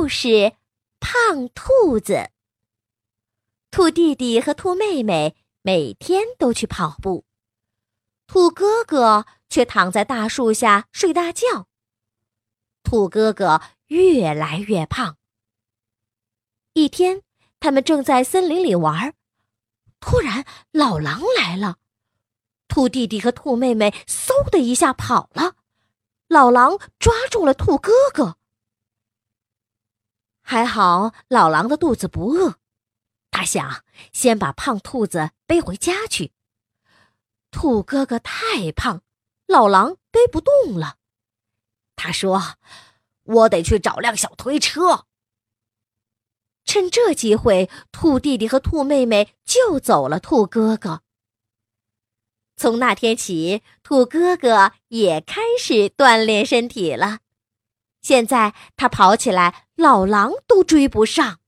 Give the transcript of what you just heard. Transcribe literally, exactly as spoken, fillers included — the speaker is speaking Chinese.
就是胖兔子。兔弟弟和兔妹妹每天都去跑步，兔哥哥却躺在大树下睡大觉。兔哥哥越来越胖。一天，他们正在森林里玩，突然老狼来了。兔弟弟和兔妹妹嗖的一下跑了，老狼抓住了兔哥哥。还好老狼的肚子不饿，他想先把胖兔子背回家去。兔哥哥太胖，老狼背不动了。他说：“我得去找辆小推车。”趁这机会，兔弟弟和兔妹妹救走了兔哥哥。从那天起，兔哥哥也开始锻炼身体了。现在他跑起来，老狼都追不上。